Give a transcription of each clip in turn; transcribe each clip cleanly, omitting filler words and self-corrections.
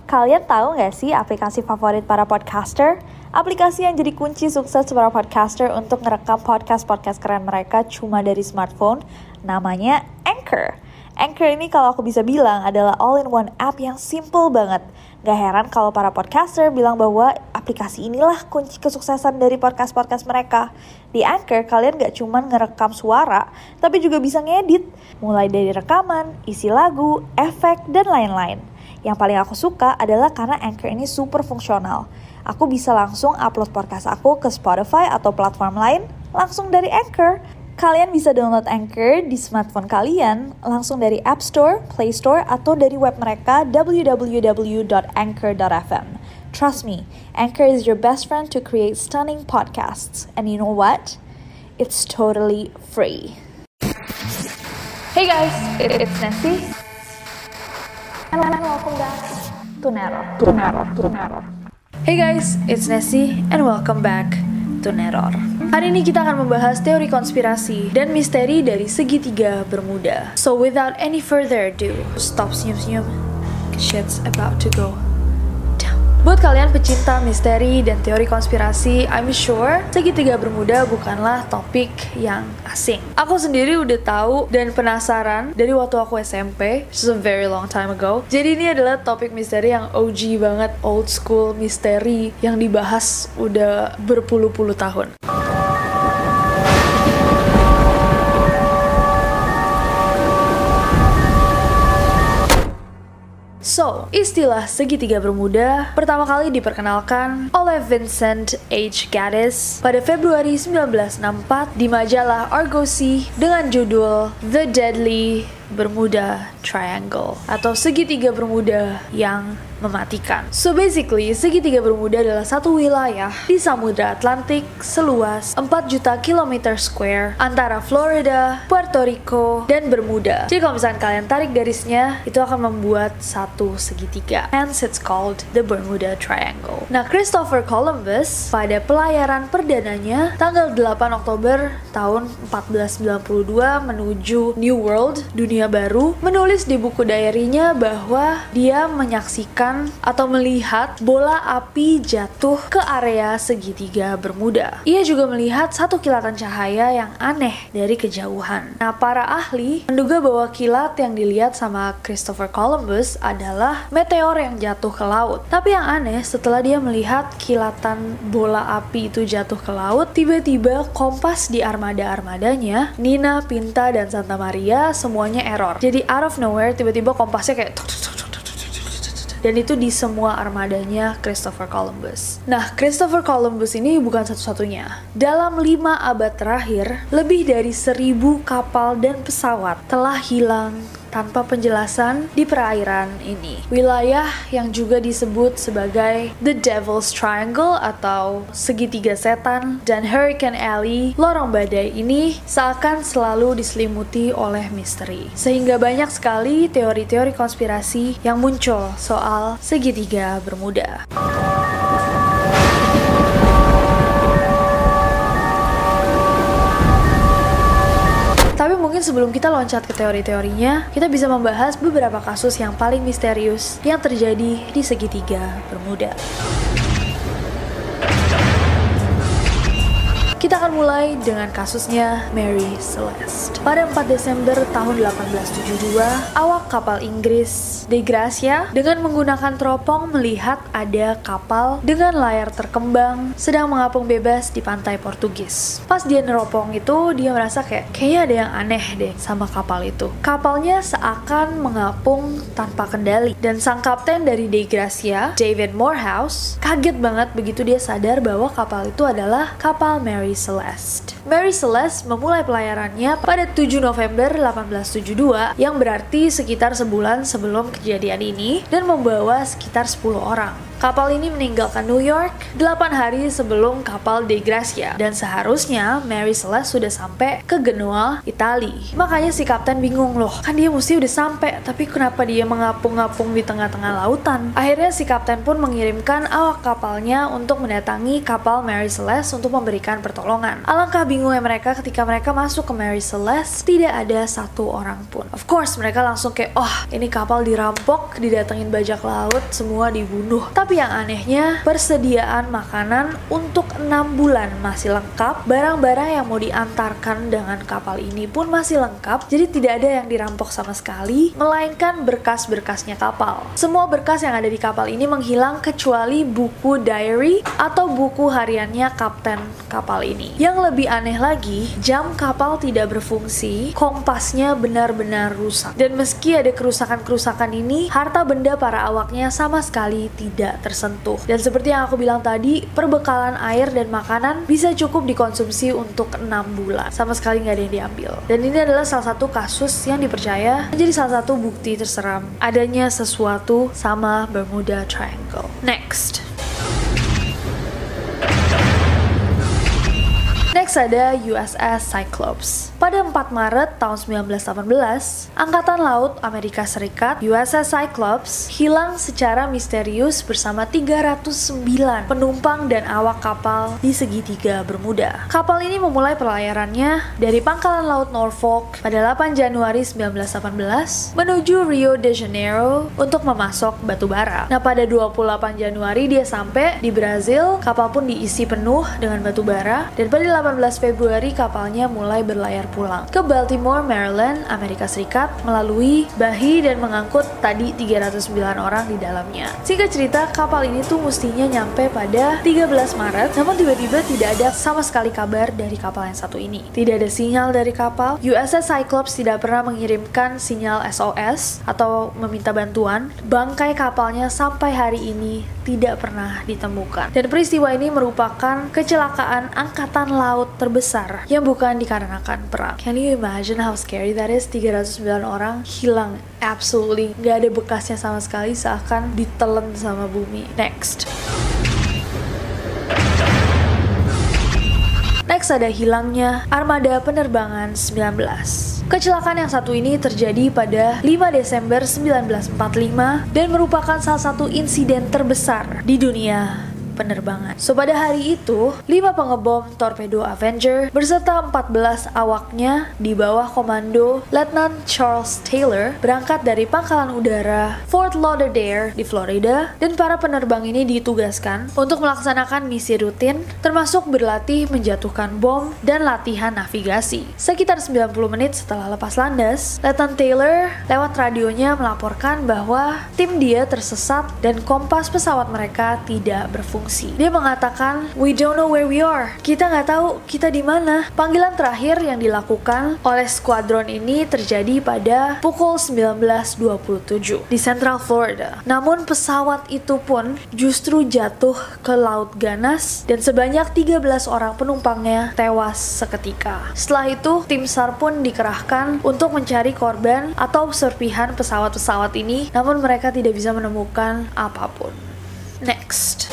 Kalian tahu nggak sih aplikasi favorit para podcaster? Aplikasi yang jadi kunci sukses para podcaster untuk ngerekam podcast-podcast keren mereka cuma dari smartphone, namanya Anchor. Anchor ini kalau aku bisa bilang adalah all-in-one app yang simple banget. Gak heran kalau para podcaster bilang bahwa aplikasi inilah kunci kesuksesan dari podcast-podcast mereka. Di Anchor, kalian gak cuma ngerekam suara, tapi juga bisa ngedit. Mulai dari rekaman, isi lagu, efek, dan lain-lain. Yang paling aku suka adalah karena Anchor ini super fungsional. Aku bisa langsung upload podcast aku ke Spotify atau platform lain langsung dari Anchor. Kalian bisa download Anchor di smartphone kalian langsung dari App Store, Play Store, atau dari web mereka www.anchor.fm. Trust me, Anchor is your best friend to create stunning podcasts. And you know what? It's totally free. Hey guys, it's Nancy. And welcome back to Neror. Hey guys, it's Nessie and welcome back to Neror. Hari ini kita akan membahas teori konspirasi dan misteri dari segitiga Bermuda. So without any further ado, stop senyum-senyum, shit's about to go down. Buat kalian pecinta misteri dan teori konspirasi, I'm sure segitiga Bermuda bukanlah topik yang asing. Aku sendiri udah tahu dan penasaran dari waktu aku SMP, which is a very long time ago. Jadi ini adalah topik misteri yang OG banget, old school misteri yang dibahas udah berpuluh-puluh tahun. So, istilah segitiga Bermuda pertama kali diperkenalkan oleh Vincent H. Gaddis pada Februari 1964 di majalah Argosy dengan judul The Deadly Bermuda Triangle atau segitiga Bermuda yang mematikan. So basically, segitiga Bermuda adalah satu wilayah di Samudra Atlantik seluas 4 juta kilometer square antara Florida, Puerto Rico, dan Bermuda. Jadi kalau misalkan kalian tarik garisnya, itu akan membuat satu segitiga. Hence it's called the Bermuda Triangle. Nah, Christopher Columbus pada pelayaran perdananya tanggal 8 Oktober tahun 1492 menuju New World, dunia baru, menulis di buku diary-nya bahwa dia menyaksikan atau melihat bola api jatuh ke area segitiga Bermuda. Ia juga melihat satu kilatan cahaya yang aneh dari kejauhan. Nah, para ahli menduga bahwa kilat yang dilihat sama Christopher Columbus adalah meteor yang jatuh ke laut. Tapi yang aneh, setelah dia melihat kilatan bola api itu jatuh ke laut, tiba-tiba kompas di armada-armadanya, Nina, Pinta, dan Santa Maria semuanya error. Jadi out of nowhere, tiba-tiba kompasnya kayak dan itu di semua armadanya Christopher Columbus. Nah, Christopher Columbus ini bukan satu-satunya. Dalam 5 abad terakhir, lebih dari 1.000 kapal dan pesawat telah hilang tanpa penjelasan di perairan ini. Wilayah yang juga disebut sebagai The Devil's Triangle atau segitiga setan dan Hurricane Alley, lorong badai ini seakan selalu diselimuti oleh misteri. Sehingga banyak sekali teori-teori konspirasi yang muncul soal segitiga Bermuda. Tapi mungkin sebelum kita loncat ke teori-teorinya, kita bisa membahas beberapa kasus yang paling misterius yang terjadi di segitiga Bermuda. Kita akan mulai dengan kasusnya Mary Celeste. Pada 4 Desember tahun 1872, awak kapal Inggris De Gracia dengan menggunakan teropong melihat ada kapal dengan layar terkembang sedang mengapung bebas di pantai Portugis. Pas dia neropong itu, dia merasa kayaknya ada yang aneh deh sama kapal itu. Kapalnya seakan mengapung tanpa kendali dan sang kapten dari De Gracia, David Morehouse, kaget banget begitu dia sadar bahwa kapal itu adalah kapal Mary Celeste. Mary Celeste memulai pelayarannya pada 7 November 1872 yang berarti sekitar sebulan sebelum kejadian ini dan membawa sekitar 10 orang. Kapal ini meninggalkan New York 8 hari sebelum kapal Dei Gracia, dan seharusnya Mary Celeste sudah sampai ke Genoa, Italia. Makanya si kapten bingung loh, kan dia mesti udah sampai, tapi kenapa dia mengapung-ngapung di tengah-tengah lautan? Akhirnya si kapten pun mengirimkan awak kapalnya untuk mendatangi kapal Mary Celeste untuk memberikan pertolongan. Alangkah bingungnya mereka ketika mereka masuk ke Mary Celeste, tidak ada satu orang pun. Of course mereka langsung kayak, oh ini kapal dirampok, didatengin bajak laut, semua dibunuh. Tapi yang anehnya, persediaan makanan untuk 6 bulan masih lengkap, barang-barang yang mau diantarkan dengan kapal ini pun masih lengkap, jadi tidak ada yang dirampok sama sekali, melainkan berkas-berkasnya kapal. Semua berkas yang ada di kapal ini menghilang kecuali buku diary atau buku hariannya kapten kapal ini. Yang lebih aneh lagi, jam kapal tidak berfungsi, kompasnya benar-benar rusak. Dan meski ada kerusakan-kerusakan ini, harta benda para awaknya sama sekali tidak tersentuh. Dan seperti yang aku bilang tadi, perbekalan air dan makanan bisa cukup dikonsumsi untuk 6 bulan. Sama sekali nggak ada yang diambil. Dan ini adalah salah satu kasus yang dipercaya menjadi salah satu bukti terseram adanya sesuatu sama Bermuda Triangle. Next ada USS Cyclops. Pada 4 Maret tahun 1918, Angkatan Laut Amerika Serikat USS Cyclops hilang secara misterius bersama 309 penumpang dan awak kapal di segitiga Bermuda. Kapal ini memulai pelayarannya dari Pangkalan Laut Norfolk pada 8 Januari 1918 menuju Rio de Janeiro untuk memasok batu bara. Nah, pada 28 Januari dia sampai di Brazil, kapal pun diisi penuh dengan batu bara, dan pada 18 Februari kapalnya mulai berlayar pulang ke Baltimore, Maryland, Amerika Serikat melalui Bahi dan mengangkut tadi 309 orang di dalamnya. Singkat cerita, kapal ini tuh mestinya nyampe pada 13 Maret, namun tiba-tiba tidak ada sama sekali kabar dari kapal yang satu ini. Tidak ada sinyal dari kapal. USS Cyclops tidak pernah mengirimkan sinyal SOS atau meminta bantuan. Bangkai kapalnya sampai hari ini tidak pernah ditemukan. Dan peristiwa ini merupakan kecelakaan angkatan laut terbesar yang bukan dikarenakan perang. Can you imagine how scary that is? 309 orang hilang, absolutely nggak ada bekasnya sama sekali, seakan ditelan sama bumi. Next ada hilangnya armada penerbangan 19. Kecelakaan yang satu ini terjadi pada 5 Desember 1945 dan merupakan salah satu insiden terbesar di dunia penerbangan. So pada hari itu, 5 pengebom torpedo Avenger berserta 14 awaknya di bawah komando Letnan Charles Taylor berangkat dari Pangkalan Udara Fort Lauderdale di Florida, dan para penerbang ini ditugaskan untuk melaksanakan misi rutin termasuk berlatih menjatuhkan bom dan latihan navigasi. Sekitar 90 menit setelah lepas landas, Letnan Taylor lewat radionya melaporkan bahwa tim dia tersesat dan kompas pesawat mereka tidak berfungsi. Dia mengatakan, "We don't know where we are." Kita nggak tahu kita di mana. Panggilan terakhir yang dilakukan oleh skuadron ini terjadi pada pukul 19.27 di Central Florida. Namun pesawat itu pun justru jatuh ke laut ganas dan sebanyak 13 orang penumpangnya tewas seketika. Setelah itu, tim SAR pun dikerahkan untuk mencari korban atau serpihan pesawat-pesawat ini, namun mereka tidak bisa menemukan apapun. Next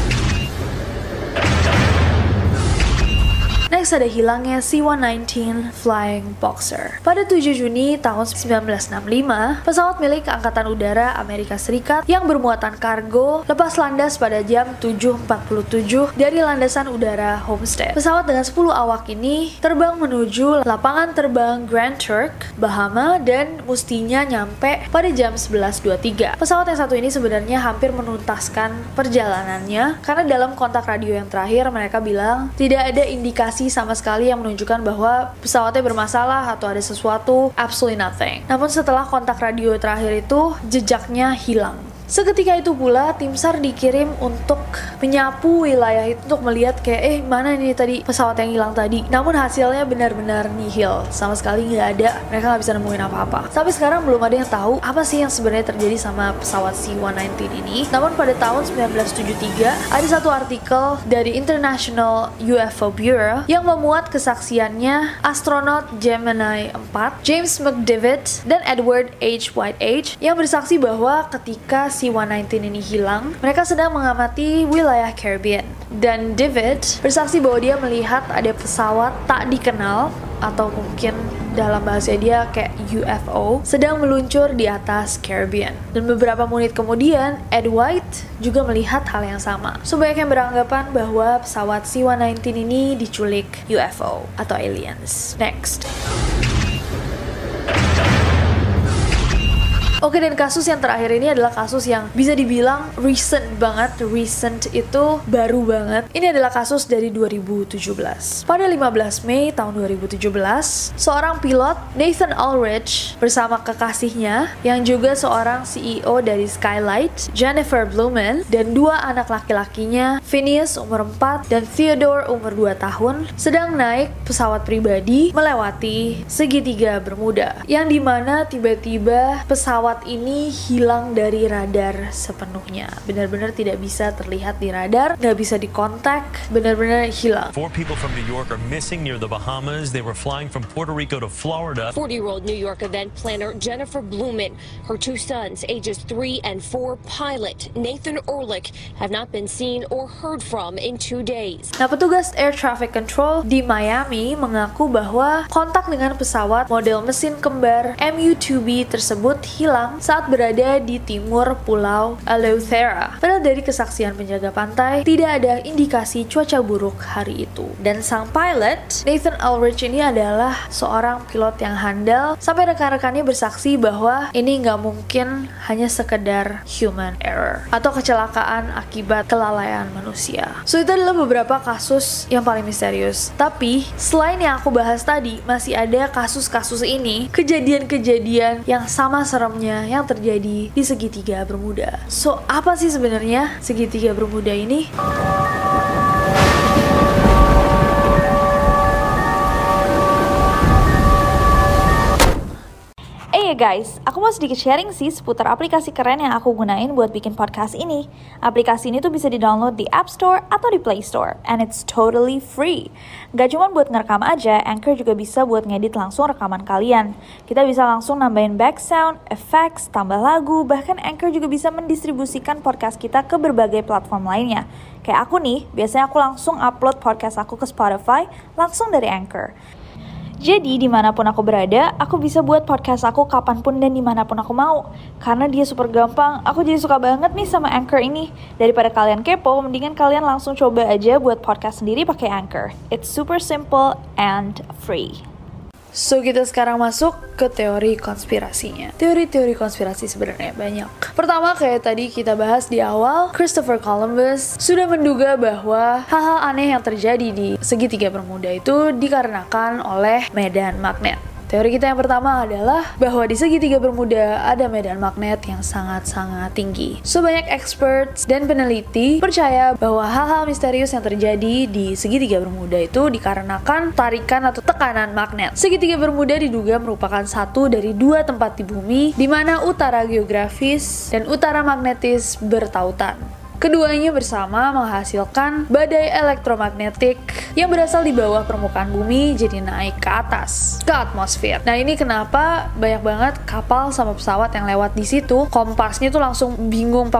ada hilangnya C-119 Flying Boxer. Pada 7 Juni tahun 1965, pesawat milik Angkatan Udara Amerika Serikat yang bermuatan kargo lepas landas pada jam 7.47 dari landasan udara Homestead. Pesawat dengan 10 awak ini terbang menuju lapangan terbang Grand Turk, Bahama, dan mestinya nyampe pada jam 11.23. Pesawat yang satu ini sebenarnya hampir menuntaskan perjalanannya karena dalam kontak radio yang terakhir mereka bilang tidak ada indikasi sama sekali yang menunjukkan bahwa pesawatnya bermasalah atau ada sesuatu, absolutely nothing. Namun setelah kontak radio terakhir itu, jejaknya hilang. Seketika itu pula, tim SAR dikirim untuk menyapu wilayah itu untuk melihat kayak mana ini tadi pesawat yang hilang tadi. Namun hasilnya benar-benar nihil, sama sekali nggak ada. Mereka nggak bisa nemuin apa-apa. Sampai sekarang belum ada yang tahu apa sih yang sebenarnya terjadi sama pesawat C-119 ini. Namun pada tahun 1973 ada satu artikel dari International UFO Bureau yang memuat kesaksiannya astronot Gemini 4, James McDivitt dan Edward H. Whitehead, yang bersaksi bahwa ketika C-119 ini hilang, mereka sedang mengamati wilayah Caribbean. Dan David bersaksi bahwa dia melihat ada pesawat tak dikenal, atau mungkin dalam bahasa dia kayak UFO, sedang meluncur di atas Caribbean. Dan beberapa menit kemudian, Ed White juga melihat hal yang sama. So banyak yang beranggapan bahwa pesawat C-119 ini diculik UFO atau aliens. Next. Oke, dan kasus yang terakhir ini adalah kasus yang bisa dibilang recent banget. Recent itu baru banget. Ini adalah kasus dari 2017. Pada 15 Mei tahun 2017, seorang pilot, Nathan Ulrich, bersama kekasihnya yang juga seorang CEO dari Skylight, Jennifer Blumen, dan dua anak laki-lakinya, Phineas umur 4 dan Theodore umur 2 tahun, sedang naik pesawat pribadi melewati segitiga Bermuda, yang dimana tiba-tiba pesawat ini hilang dari radar sepenuhnya. Benar-benar tidak bisa terlihat di radar, nggak bisa dikontak, benar-benar hilang. 4 people from New York are missing near the Bahamas. They were flying from Puerto Rico to Florida. 40-year-old New York event planner Jennifer Blumen, her 2 sons, ages 3 and 4, pilot Nathan Ulrich, have not been seen or heard from in 2 days. Nah, petugas Air Traffic Control di Miami mengaku bahwa kontak dengan pesawat model mesin kembar MU-2B tersebut hilang saat berada di timur pulau Eleuthera. Padahal dari kesaksian penjaga pantai, tidak ada indikasi cuaca buruk hari itu. Dan sang pilot, Nathan Ulrich ini adalah seorang pilot yang handal, sampai rekan-rekannya bersaksi bahwa ini nggak mungkin hanya sekedar human error atau kecelakaan akibat kelalaian manusia. So itu adalah beberapa kasus yang paling misterius. Tapi selain yang aku bahas tadi, masih ada kasus-kasus ini, kejadian-kejadian yang sama seremnya yang terjadi di segitiga Bermuda. So, apa sih sebenarnya segitiga Bermuda ini? Guys, aku mau sedikit sharing sih seputar aplikasi keren yang aku gunain buat bikin podcast ini. Aplikasi ini tuh bisa di-download di App Store atau di Play Store, and it's totally free. Gak cuma buat ngerekam aja, Anchor juga bisa buat ngedit langsung rekaman kalian. Kita bisa langsung nambahin back sound, effects, tambah lagu, bahkan Anchor juga bisa mendistribusikan podcast kita ke berbagai platform lainnya. Kayak aku nih, biasanya aku langsung upload podcast aku ke Spotify langsung dari Anchor. Jadi dimanapun aku berada, aku bisa buat podcast aku kapanpun dan dimanapun aku mau. Karena dia super gampang, aku jadi suka banget nih sama Anchor ini. Daripada kalian kepo, mendingan kalian langsung coba aja buat podcast sendiri pakai Anchor. It's super simple and free. So kita sekarang masuk ke teori konspirasinya. Teori-teori konspirasi sebenarnya banyak. Pertama, kayak tadi kita bahas di awal, Christopher Columbus sudah menduga bahwa hal-hal aneh yang terjadi di segitiga Bermuda itu dikarenakan oleh medan magnet. Teori kita yang pertama adalah bahwa di segitiga Bermuda ada medan magnet yang sangat-sangat tinggi. So banyak experts dan peneliti percaya bahwa hal-hal misterius yang terjadi di segitiga Bermuda itu dikarenakan tarikan atau tekanan magnet. Segitiga Bermuda diduga merupakan satu dari 2 tempat di bumi di mana utara geografis dan utara magnetis bertautan. Keduanya bersama menghasilkan badai elektromagnetik yang berasal di bawah permukaan bumi jadi naik ke atas, ke atmosfer. Nah, ini kenapa banyak banget kapal sama pesawat yang lewat di situ, kompasnya tuh langsung bingung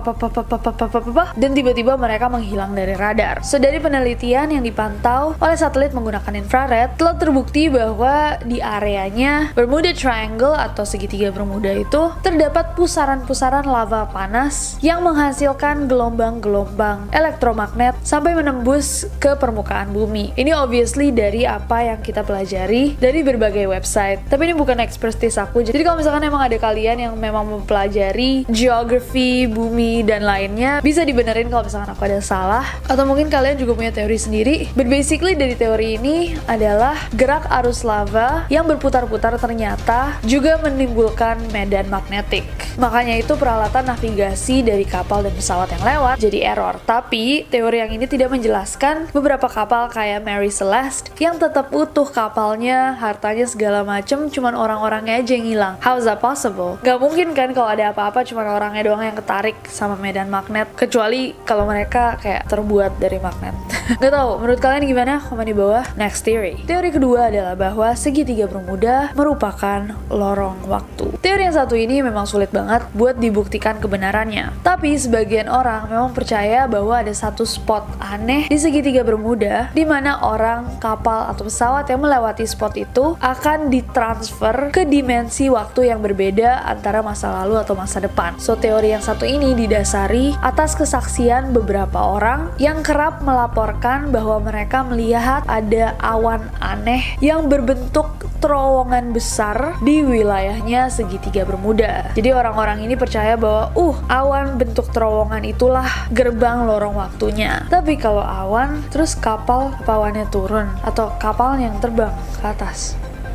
dan tiba-tiba mereka menghilang dari radar. So, dari penelitian yang dipantau oleh satelit menggunakan infrared, telah terbukti bahwa di areanya Bermuda Triangle atau segitiga Bermuda itu terdapat pusaran-pusaran lava panas yang menghasilkan gelombang elektromagnet sampai menembus ke permukaan bumi. Ini obviously dari apa yang kita pelajari dari berbagai website. Tapi ini bukan expertise aku. Jadi kalau misalkan emang ada kalian yang memang mempelajari geografi, bumi, dan lainnya, bisa dibenerin kalau misalkan aku ada salah. Atau mungkin kalian juga punya teori sendiri. But basically dari teori ini adalah gerak arus lava yang berputar-putar ternyata juga menimbulkan medan magnetik. Makanya itu peralatan navigasi dari kapal dan pesawat yang lewat jadi error. Tapi teori yang ini tidak menjelaskan beberapa kapal kayak Mary Celeste yang tetap utuh kapalnya, hartanya segala macem, cuman orang-orangnya aja yang hilang. How is that possible? Gak mungkin kan kalau ada apa-apa cuman orangnya doang yang ketarik sama medan magnet, kecuali kalau mereka kayak terbuat dari magnet. Gak tau, menurut kalian gimana? Komen di bawah. Next theory. Teori kedua adalah bahwa segitiga bermuda merupakan lorong waktu. Teori yang satu ini memang sulit banget buat dibuktikan kebenarannya. Tapi sebagian orang memang percaya bahwa ada satu spot aneh di segitiga bermuda di mana orang, kapal, atau pesawat yang melewati spot itu akan ditransfer ke dimensi waktu yang berbeda antara masa lalu atau masa depan. So, teori yang satu ini didasari atas kesaksian beberapa orang yang kerap melaporkan bahwa mereka melihat ada awan aneh yang berbentuk terowongan besar di wilayahnya segitiga bermuda. Jadi orang-orang ini percaya bahwa awan bentuk terowongan itulah gerbang lorong waktunya. Tapi kalau awan, terus kapal, awannya turun atau kapal yang terbang ke atas.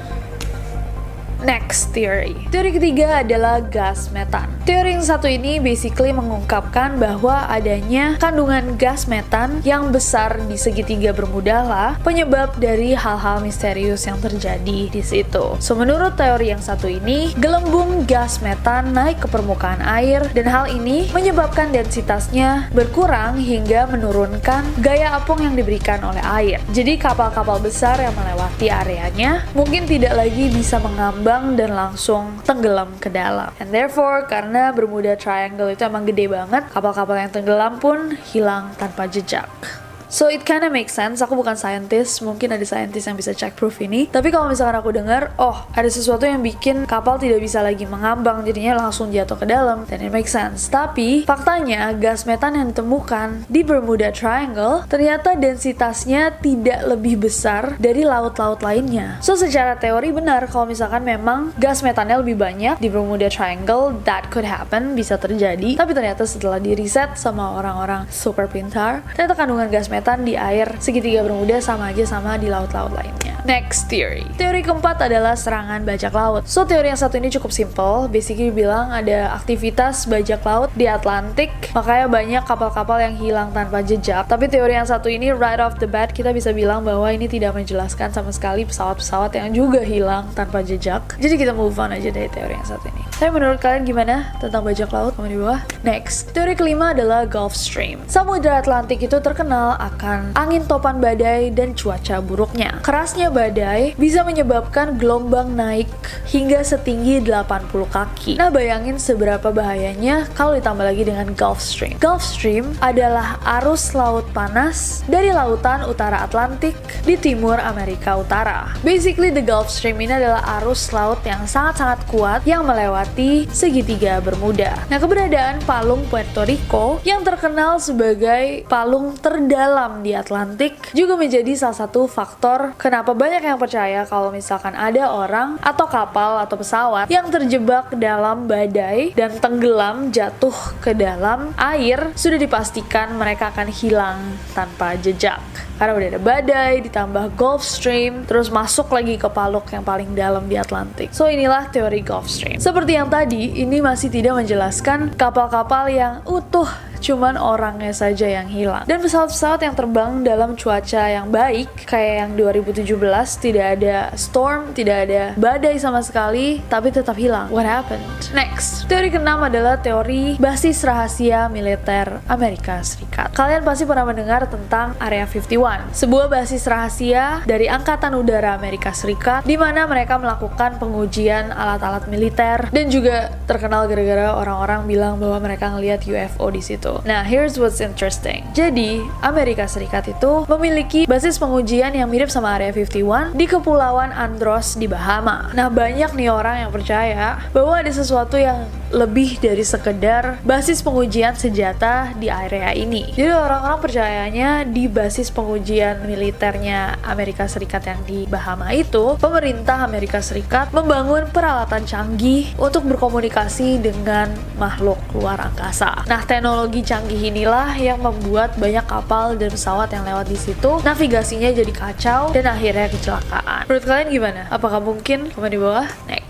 Next theory. Teori ketiga adalah gas metan. Teori yang satu ini basically mengungkapkan bahwa adanya kandungan gas metan yang besar di segitiga bermuda lah penyebab dari hal-hal misterius yang terjadi di situ. So, menurut teori yang satu ini, gelembung gas metan naik ke permukaan air dan hal ini menyebabkan densitasnya berkurang hingga menurunkan gaya apung yang diberikan oleh air. Jadi kapal-kapal besar yang melewati areanya mungkin tidak lagi bisa mengambang dan langsung tenggelam ke dalam. And therefore, karena Bermuda Triangle itu emang gede banget, kapal-kapal yang tenggelam pun hilang tanpa jejak. So it kinda make sense. Aku bukan scientist, mungkin ada scientist yang bisa check proof ini. Tapi kalau misalkan aku dengar, ada sesuatu yang bikin kapal tidak bisa lagi mengambang, jadinya langsung jatuh ke dalam, then it make sense. Tapi faktanya gas metan yang ditemukan di Bermuda Triangle ternyata densitasnya tidak lebih besar dari laut-laut lainnya. So secara teori benar kalau misalkan memang gas metannya lebih banyak di Bermuda Triangle, that could happen, bisa terjadi. Tapi ternyata setelah di riset sama orang-orang super pintar, ternyata kandungan gas metan di air segitiga bermuda sama aja sama di laut-laut lainnya. Next theory. Teori keempat adalah serangan bajak laut. So, teori yang satu ini cukup simple. Basically bilang ada aktivitas bajak laut di Atlantik, makanya banyak kapal-kapal yang hilang tanpa jejak. Tapi teori yang satu ini right off the bat kita bisa bilang bahwa ini tidak menjelaskan sama sekali pesawat-pesawat yang juga hilang tanpa jejak. Jadi kita move on aja dari teori yang satu ini. Tapi menurut kalian gimana tentang bajak laut? Komen di bawah. Next. Teori kelima adalah Gulf Stream. Samudra Atlantik itu terkenal akan angin topan badai dan cuaca buruknya. Kerasnya badai bisa menyebabkan gelombang naik hingga setinggi 80 kaki. Nah, bayangin seberapa bahayanya kalau ditambah lagi dengan Gulf Stream. Gulf Stream adalah arus laut panas dari lautan utara Atlantik di timur Amerika Utara. Basically, the Gulf Stream ini adalah arus laut yang sangat-sangat kuat yang melewati segitiga Bermuda. Nah, keberadaan palung Puerto Rico yang terkenal sebagai palung terdalam di Atlantik juga menjadi salah satu faktor kenapa banyak yang percaya kalau misalkan ada orang atau kapal atau pesawat yang terjebak dalam badai dan tenggelam jatuh ke dalam air, sudah dipastikan mereka akan hilang tanpa jejak. Karena udah ada badai, ditambah Gulf Stream, terus masuk lagi ke paluk yang paling dalam di Atlantik. So inilah teori Gulf Stream. Seperti yang tadi, ini masih tidak menjelaskan kapal-kapal yang utuh, cuman orangnya saja yang hilang. Dan pesawat-pesawat yang terbang dalam cuaca yang baik, kayak yang 2017, tidak ada storm, tidak ada badai sama sekali, tapi tetap hilang. What happened? Next, teori keenam adalah teori basis rahasia militer Amerika Serikat. Kalian pasti pernah mendengar tentang Area 51, sebuah basis rahasia dari Angkatan Udara Amerika Serikat, di mana mereka melakukan pengujian alat-alat militer dan juga terkenal gara-gara orang-orang bilang bahwa mereka ngelihat UFO di situ. Nah, here's what's interesting. Jadi, Amerika Serikat itu memiliki basis pengujian yang mirip sama Area 51 di Kepulauan Andros di Bahama. Nah, banyak nih orang yang percaya bahwa ada sesuatu yang lebih dari sekedar basis pengujian senjata di area ini. Jadi orang-orang percayanya di basis pengujian militernya Amerika Serikat yang di Bahama itu, pemerintah Amerika Serikat membangun peralatan canggih untuk berkomunikasi dengan makhluk luar angkasa. Nah, teknologi canggih inilah yang membuat banyak kapal dan pesawat yang lewat di situ navigasinya jadi kacau dan akhirnya kecelakaan. Menurut kalian gimana? Apakah mungkin? Komen di bawah. Next.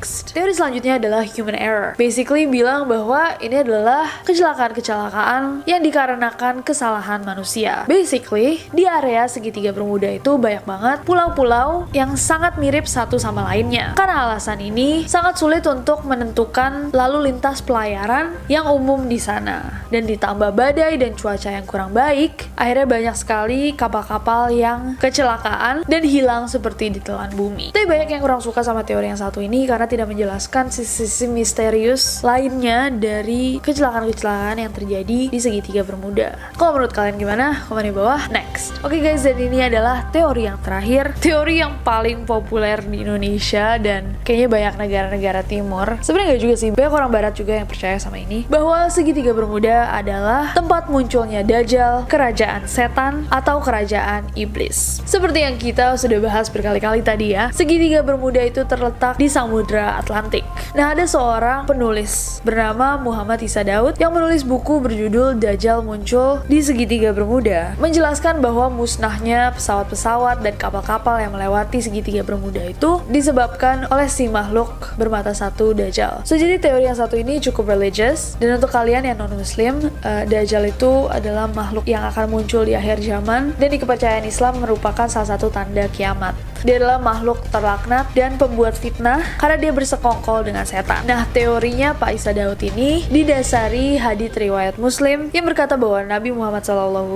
Next, teori selanjutnya adalah human error. Basically bilang bahwa ini adalah kecelakaan yang dikarenakan kesalahan manusia. Basically, di area segitiga Bermuda itu banyak banget pulau-pulau yang sangat mirip satu sama lainnya. Karena alasan ini, sangat sulit untuk menentukan lalu lintas pelayaran yang umum di sana. Dan ditambah badai dan cuaca yang kurang baik, akhirnya banyak sekali kapal-kapal yang kecelakaan dan hilang seperti ditelan bumi. Tapi banyak yang kurang suka sama teori yang satu ini karena tidak menjelaskan sisi-sisi misterius lainnya dari kecelakaan-kecelakaan yang terjadi di segitiga Bermuda. Kalau menurut kalian gimana? Komen di bawah. Next. Oke guys, dan ini adalah teori yang terakhir. Teori yang paling populer di Indonesia dan kayaknya banyak negara-negara timur. Sebenarnya nggak juga sih, banyak orang barat juga yang percaya sama ini. Bahwa segitiga Bermuda adalah tempat munculnya Dajjal, kerajaan setan, atau kerajaan iblis. Seperti yang kita sudah bahas berkali-kali tadi ya, segitiga Bermuda itu terletak di Samudra Atlantik. Nah, ada seorang penulis bernama Muhammad Isa Daud yang menulis buku berjudul Dajjal Muncul di Segitiga Bermuda, menjelaskan bahwa musnahnya pesawat-pesawat dan kapal-kapal yang melewati segitiga Bermuda itu disebabkan oleh si makhluk bermata satu Dajjal. So, jadi teori yang satu ini cukup religious, dan untuk kalian yang non-muslim, Dajjal itu adalah makhluk yang akan muncul di akhir zaman, dan di kepercayaan Islam merupakan salah satu tanda kiamat. Dia adalah makhluk terlaknat dan pembuat fitnah karena dia bersekongkol dengan setan. Nah, teorinya Pak Isa Daud ini didasari hadits riwayat Muslim yang berkata bahwa Nabi Muhammad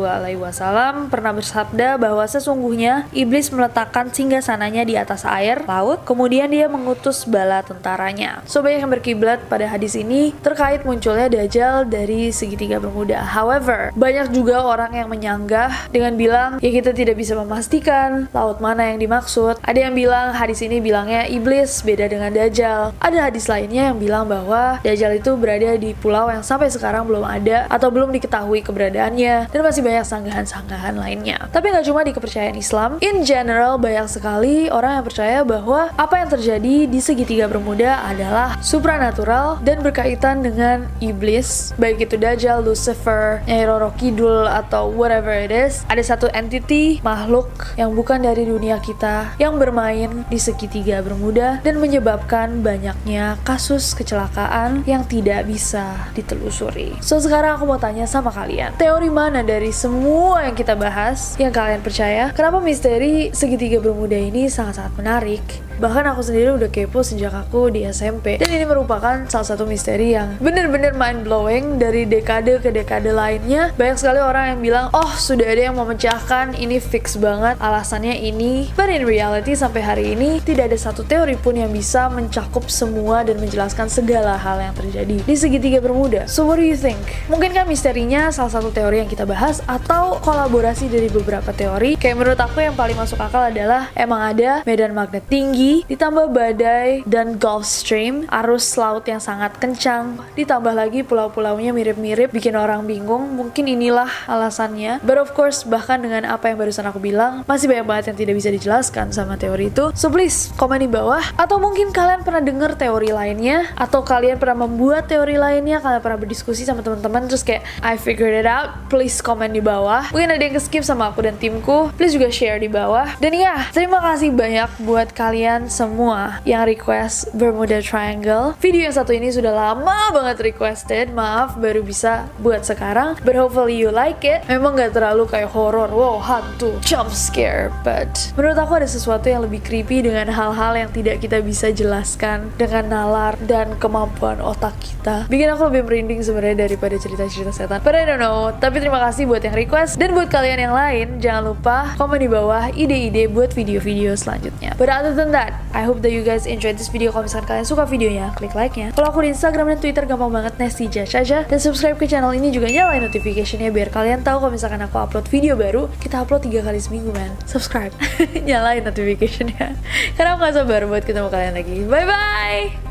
SAW pernah bersabda bahwa sesungguhnya iblis meletakkan singgasananya di atas air, laut, kemudian dia mengutus bala tentaranya. So, banyak yang berkiblat pada hadis ini terkait munculnya Dajjal dari segitiga Bermuda. However, banyak juga orang yang menyanggah dengan bilang, ya kita tidak bisa memastikan laut mana yang dimaksud. Ada yang bilang hadis ini bilangnya iblis beda dengan Dajjal. Ada hadis lainnya yang bilang bahwa Dajjal itu berada di pulau yang sampai sekarang belum ada atau belum diketahui keberadaannya, dan masih banyak sanggahan-sanggahan lainnya. Tapi nggak cuma di kepercayaan Islam, in general banyak sekali orang yang percaya bahwa apa yang terjadi di segitiga Bermuda adalah supranatural dan berkaitan dengan iblis, baik itu Dajjal, Lucifer, Nyai Roro Kidul, atau whatever it is. Ada satu entity, makhluk yang bukan dari dunia kita yang bermain di segitiga Bermuda dan menyebabkan banyaknya kasus kecelakaan yang tidak bisa ditelusuri. So, sekarang aku mau tanya sama kalian, teori mana dari semua yang kita bahas yang kalian percaya? Kenapa misteri segitiga Bermuda ini sangat-sangat menarik? Bahkan aku sendiri udah kepo sejak aku di SMP, dan ini merupakan salah satu misteri yang bener-bener mind-blowing. Dari dekade ke dekade lainnya, banyak sekali orang yang bilang, oh sudah ada yang memecahkan, ini fix banget, alasannya ini. But in reality, sampai hari ini tidak ada satu teori pun yang bisa mencakup semua dan menjelaskan segala hal yang terjadi di segitiga Bermuda. So what do you think? Mungkin kan misterinya salah satu teori yang kita bahas, atau kolaborasi dari beberapa teori? Kayak menurut aku yang paling masuk akal adalah emang ada medan magnet tinggi, ditambah badai dan Gulf Stream, arus laut yang sangat kencang, ditambah lagi pulau-pulaunya mirip-mirip, bikin orang bingung. Mungkin inilah alasannya. But of course, bahkan dengan apa yang barusan aku bilang, masih banyak banget yang tidak bisa dijelaskan sama teori itu. So please, komen di bawah. Atau mungkin kalian pernah dengar teori lainnya, atau kalian pernah membuat teori lainnya, kalian pernah berdiskusi sama teman-teman terus kayak I figured it out. Please komen di bawah. Mungkin ada yang skip sama aku dan timku, please juga share di bawah. Dan ya, terima kasih banyak buat kalian semua yang request Bermuda Triangle. Video yang satu ini sudah lama banget requested, maaf baru bisa buat sekarang, but hopefully you like it. Memang gak terlalu kayak horror, wow hantu, jump scare, but menurut aku ada sesuatu yang lebih creepy dengan hal-hal yang tidak kita bisa jelaskan dengan nalar dan kemampuan otak kita. Bikin aku lebih merinding sebenarnya daripada cerita-cerita setan. But I don't know. Tapi terima kasih buat yang request, dan buat kalian yang lain jangan lupa komen di bawah ide-ide buat video-video selanjutnya. But other than that, I hope that you guys enjoyed this video. Kalau misalkan kalian suka videonya, klik like-nya. Kalau aku di Instagram dan Twitter gampang banget, Nesti Judge aja. Dan subscribe ke channel ini, juga nyalain notification-nya biar kalian tahu kalau misalkan aku upload video baru. Kita upload 3 kali seminggu, man. Subscribe. Nyalain notification-nya. Karena aku gak sabar buat ketemu kalian lagi. Bye-bye!